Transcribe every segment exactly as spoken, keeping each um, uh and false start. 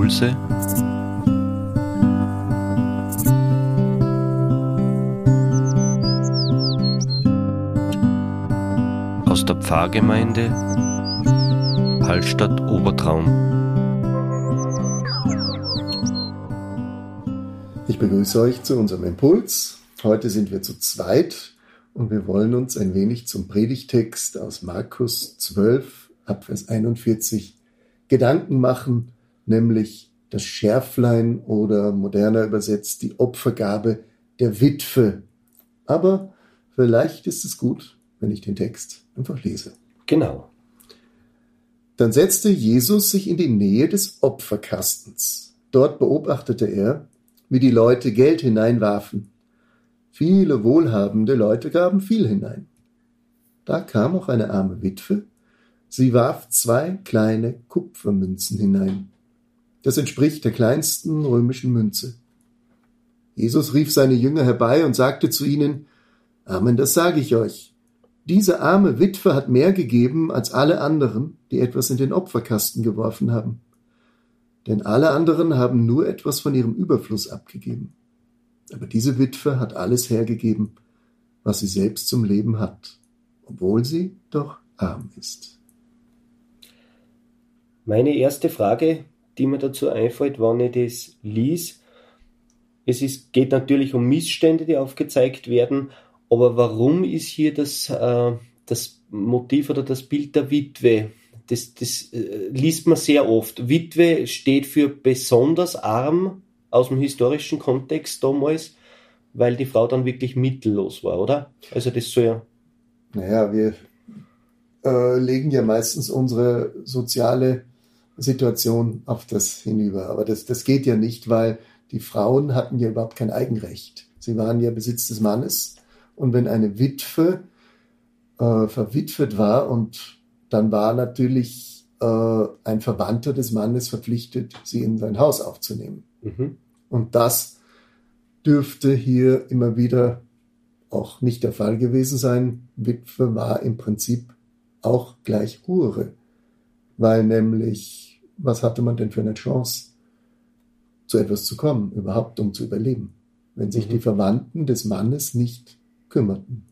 Impulse aus der Pfarrgemeinde Hallstatt Obertraum. Ich begrüße euch zu unserem Impuls. Heute sind wir zu zweit und wir wollen uns ein wenig zum Predigtext aus Markus zwölf, Abvers einundvierzig Gedanken machen, nämlich das Schärflein oder moderner übersetzt die Opfergabe der Witwe. Aber vielleicht ist es gut, wenn ich den Text einfach lese. Genau. Dann setzte Jesus sich in die Nähe des Opferkastens. Dort beobachtete er, wie die Leute Geld hineinwarfen. Viele wohlhabende Leute gaben viel hinein. Da kam auch eine arme Witwe. Sie warf zwei kleine Kupfermünzen hinein. Das entspricht der kleinsten römischen Münze. Jesus rief seine Jünger herbei und sagte zu ihnen: Amen, das sage ich euch. Diese arme Witwe hat mehr gegeben als alle anderen, die etwas in den Opferkasten geworfen haben. Denn alle anderen haben nur etwas von ihrem Überfluss abgegeben. Aber diese Witwe hat alles hergegeben, was sie selbst zum Leben hat, obwohl sie doch arm ist. Meine erste Frage, die mir dazu einfällt, wenn ich das lies, es ist, geht natürlich um Missstände, die aufgezeigt werden, aber warum ist hier das, äh, das Motiv oder das Bild der Witwe? Das, das äh, liest man sehr oft. Witwe steht für besonders arm aus dem historischen Kontext damals, weil die Frau dann wirklich mittellos war, oder? Also das soll ja... Naja, wir äh, legen ja meistens unsere soziale Situation auf das hinüber. Aber das, das geht ja nicht, weil die Frauen hatten ja überhaupt kein Eigenrecht. Sie waren ja Besitz des Mannes. Und wenn eine Witwe äh, verwitwet war, und dann war natürlich äh, ein Verwandter des Mannes verpflichtet, sie in sein Haus aufzunehmen. Mhm. Und das dürfte hier immer wieder auch nicht der Fall gewesen sein. Witwe war im Prinzip auch gleich Hure, weil nämlich, was hatte man denn für eine Chance, zu etwas zu kommen, überhaupt um zu überleben, wenn sich mhm. die Verwandten des Mannes nicht kümmerten.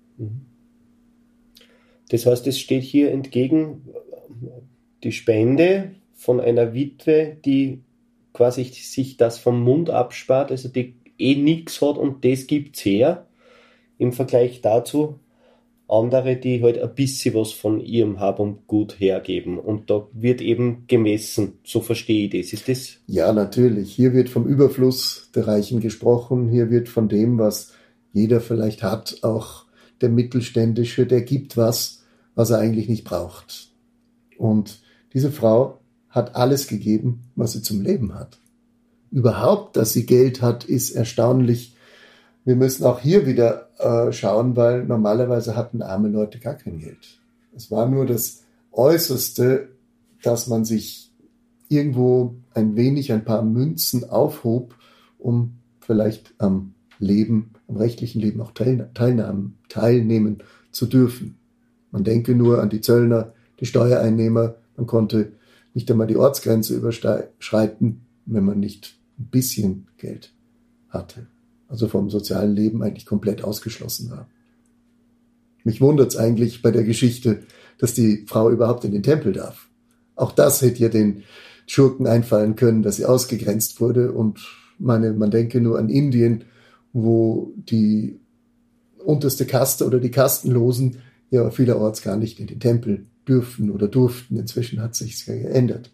Das heißt, es steht hier entgegen die Spende von einer Witwe, die quasi sich das vom Mund abspart, also die eh nichts hat und das gibt's her, im Vergleich dazu andere, die halt ein bisschen was von ihrem Hab und Gut hergeben. Und da wird eben gemessen, so verstehe ich das. Ist das? Ja, natürlich. Hier wird vom Überfluss der Reichen gesprochen, hier wird von dem, was jeder vielleicht hat, auch der Mittelständische, der gibt was, was er eigentlich nicht braucht. Und diese Frau hat alles gegeben, was sie zum Leben hat. Überhaupt, dass sie Geld hat, ist erstaunlich. Wir müssen auch hier wieder äh, schauen, weil normalerweise hatten arme Leute gar kein Geld. Es war nur das Äußerste, dass man sich irgendwo ein wenig, ein paar Münzen aufhob, um vielleicht am Leben, am rechtlichen Leben auch teilnehmen, teilnehmen zu dürfen. Man denke nur an die Zöllner, die Steuereinnehmer. Man konnte nicht einmal die Ortsgrenze überschreiten, wenn man nicht ein bisschen Geld hatte. Also vom sozialen Leben eigentlich komplett ausgeschlossen war. Mich wundert es eigentlich bei der Geschichte, dass die Frau überhaupt in den Tempel darf. Auch das hätte ja den Schurken einfallen können, dass sie ausgegrenzt wurde. Und meine, man denke nur an Indien, wo die unterste Kaste oder die Kastenlosen ja vielerorts gar nicht in den Tempel dürfen oder durften. Inzwischen hat sich's ja geändert.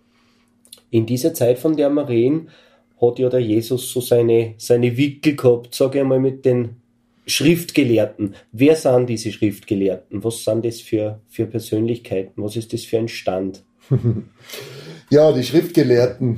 In dieser Zeit, von der wir reden, hat ja der Jesus so seine, seine Wickel gehabt, sage ich einmal, mit den Schriftgelehrten. Wer sind diese Schriftgelehrten? Was sind das für, für Persönlichkeiten? Was ist das für ein Stand? Ja, die Schriftgelehrten,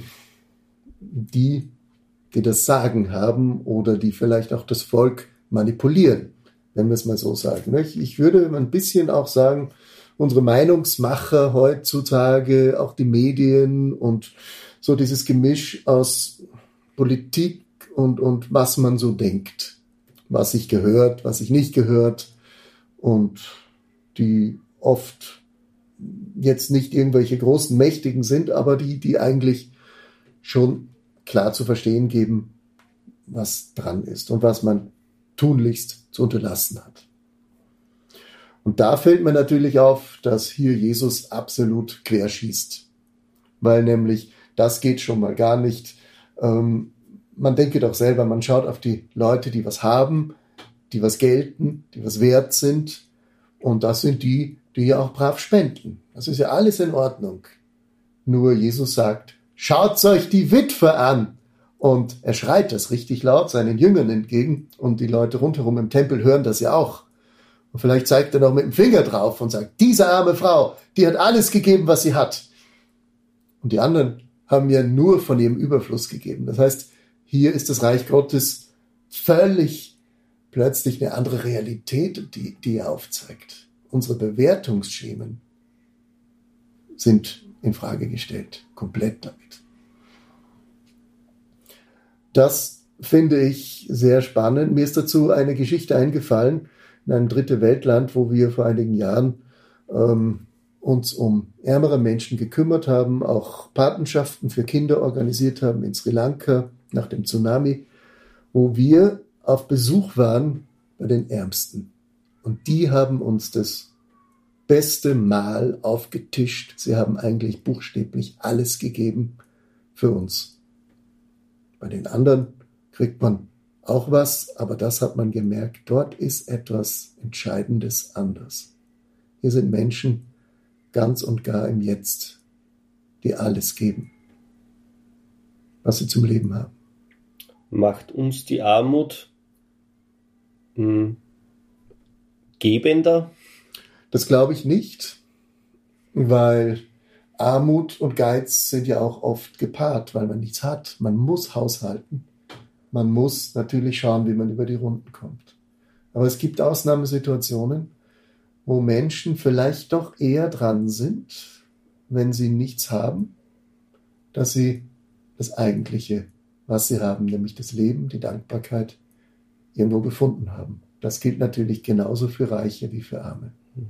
die, die das Sagen haben oder die vielleicht auch das Volk manipulieren, wenn wir es mal so sagen. Ich würde ein bisschen auch sagen, unsere Meinungsmacher heutzutage, auch die Medien und so dieses Gemisch aus Politik und, und was man so denkt, was sich gehört, was sich nicht gehört und die oft jetzt nicht irgendwelche großen Mächtigen sind, aber die, die eigentlich schon klar zu verstehen geben, was dran ist und was man tunlichst zu unterlassen hat. Und da fällt mir natürlich auf, dass hier Jesus absolut querschießt, weil nämlich das geht schon mal gar nicht. Ähm, man denke doch selber, man schaut auf die Leute, die was haben, die was gelten, die was wert sind, und das sind die, die ja auch brav spenden. Das ist ja alles in Ordnung. Nur Jesus sagt, schaut euch die Witwe an. Und er schreit das richtig laut seinen Jüngern entgegen, und die Leute rundherum im Tempel hören das ja auch. Und vielleicht zeigt er noch mit dem Finger drauf und sagt, diese arme Frau, die hat alles gegeben, was sie hat. Und die anderen haben ja nur von ihrem Überfluss gegeben. Das heißt, hier ist das Reich Gottes völlig plötzlich eine andere Realität, die, die er aufzeigt. Unsere Bewertungsschemen sind in Frage gestellt, komplett damit. Das finde ich sehr spannend. Mir ist dazu eine Geschichte eingefallen in einem dritte Weltland, wo wir vor einigen Jahren ähm, uns um ärmere Menschen gekümmert haben, auch Patenschaften für Kinder organisiert haben in Sri Lanka nach dem Tsunami, wo wir auf Besuch waren bei den Ärmsten. Und die haben uns das beste Mahl aufgetischt. Sie haben eigentlich buchstäblich alles gegeben für uns. Bei den anderen kriegt man auch was, aber das hat man gemerkt, dort ist etwas Entscheidendes anders. Hier sind Menschen ganz und gar im Jetzt, die alles geben, was sie zum Leben haben. Macht uns die Armut mh, gebender? Das glaube ich nicht, weil Armut und Geiz sind ja auch oft gepaart, weil man nichts hat. Man muss haushalten. Man muss natürlich schauen, wie man über die Runden kommt. Aber es gibt Ausnahmesituationen, wo Menschen vielleicht doch eher dran sind, wenn sie nichts haben, dass sie das Eigentliche, was sie haben, nämlich das Leben, die Dankbarkeit, irgendwo gefunden haben. Das gilt natürlich genauso für Reiche wie für Arme.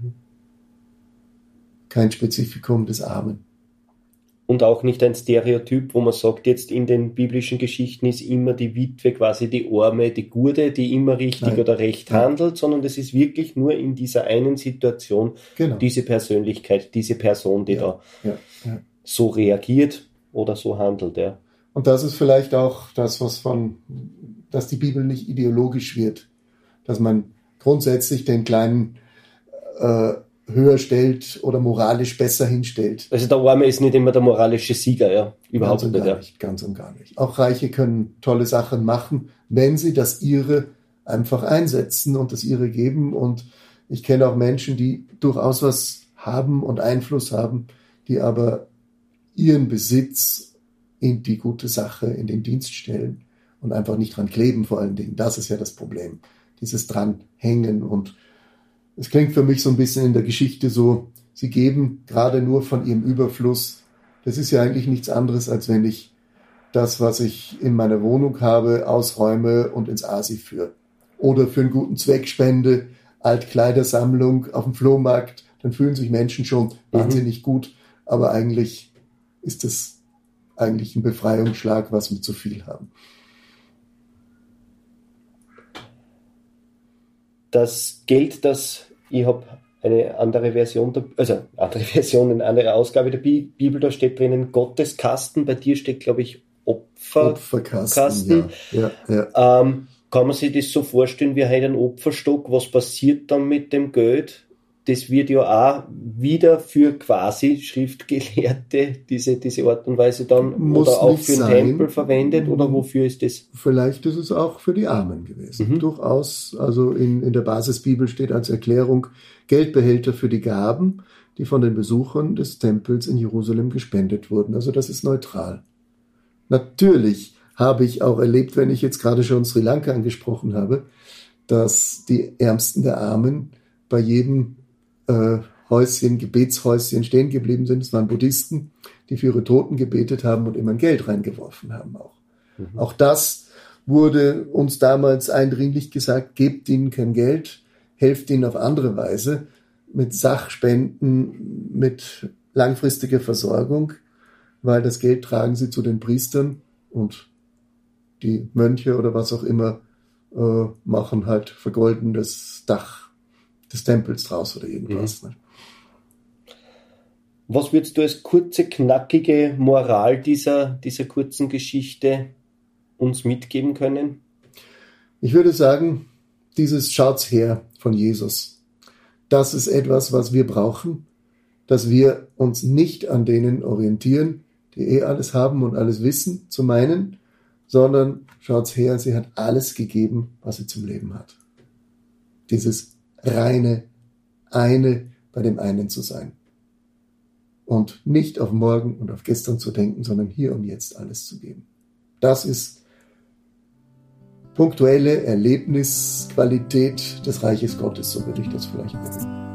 Kein Spezifikum des Armen. Und auch nicht ein Stereotyp, wo man sagt, jetzt in den biblischen Geschichten ist immer die Witwe quasi die Arme, die Gute, die immer richtig Nein. oder recht Nein. handelt, sondern das ist wirklich nur in dieser einen Situation genau. diese Persönlichkeit, diese Person, die ja. da ja. Ja. so reagiert oder so handelt. Ja. Und das ist vielleicht auch das, was von, dass die Bibel nicht ideologisch wird, dass man grundsätzlich den Kleinen äh, höher stellt oder moralisch besser hinstellt. Also der Arme ist nicht immer der moralische Sieger, ja, überhaupt ganz und nicht, gar ja. nicht. Ganz und gar nicht. Auch Reiche können tolle Sachen machen, wenn sie das ihre einfach einsetzen und das ihre geben. Und ich kenne auch Menschen, die durchaus was haben und Einfluss haben, die aber ihren Besitz in die gute Sache, in den Dienst stellen und einfach nicht dran kleben, vor allen Dingen. Das ist ja das Problem. Dieses Dranhängen. Und es klingt für mich so ein bisschen in der Geschichte so, sie geben gerade nur von ihrem Überfluss. Das ist ja eigentlich nichts anderes, als wenn ich das, was ich in meiner Wohnung habe, ausräume und ins Asi führe. Oder für einen guten Zweck spende, Altkleidersammlung auf dem Flohmarkt. Dann fühlen sich Menschen schon wahnsinnig mhm. gut. Aber eigentlich ist das eigentlich ein Befreiungsschlag, was wir zu viel haben. Das Geld, das ich habe eine andere Version, also andere Version, eine andere Ausgabe der Bibel, da steht drinnen Gotteskasten, bei dir steht, glaube ich, Opfer, Opferkasten. Kasten. Ja, ja, ja. Ähm, kann man sich das so vorstellen, wie heute ein Opferstock, was passiert dann mit dem Geld? Das wird ja auch wieder für quasi Schriftgelehrte diese, diese Art und Weise dann Muss oder auch für den sein. Tempel verwendet oder wofür ist das? Vielleicht ist es auch für die Armen gewesen. Mhm. Durchaus, also in, in der Basisbibel steht als Erklärung Geldbehälter für die Gaben, die von den Besuchern des Tempels in Jerusalem gespendet wurden. Also das ist neutral. Natürlich habe ich auch erlebt, wenn ich jetzt gerade schon Sri Lanka angesprochen habe, dass die Ärmsten der Armen bei jedem Äh, Häuschen, Gebetshäuschen stehen geblieben sind. Es waren Buddhisten, die für ihre Toten gebetet haben und immer ein Geld reingeworfen haben auch. Mhm. Auch das wurde uns damals eindringlich gesagt, gebt ihnen kein Geld, helft ihnen auf andere Weise, mit Sachspenden, mit langfristiger Versorgung, weil das Geld tragen sie zu den Priestern und die Mönche oder was auch immer äh, machen halt vergolden das Dach des Tempels draus oder irgendwas. Mhm. Was würdest du als kurze, knackige Moral dieser, dieser kurzen Geschichte uns mitgeben können? Ich würde sagen, dieses Schaut's her von Jesus. Das ist etwas, was wir brauchen, dass wir uns nicht an denen orientieren, die eh alles haben und alles wissen, zu meinen, sondern schaut's her, sie hat alles gegeben, was sie zum Leben hat. Dieses reine, eine bei dem einen zu sein. Und nicht auf morgen und auf gestern zu denken, sondern hier und jetzt alles zu geben. Das ist punktuelle Erlebnisqualität des Reiches Gottes, so würde ich das vielleicht nennen.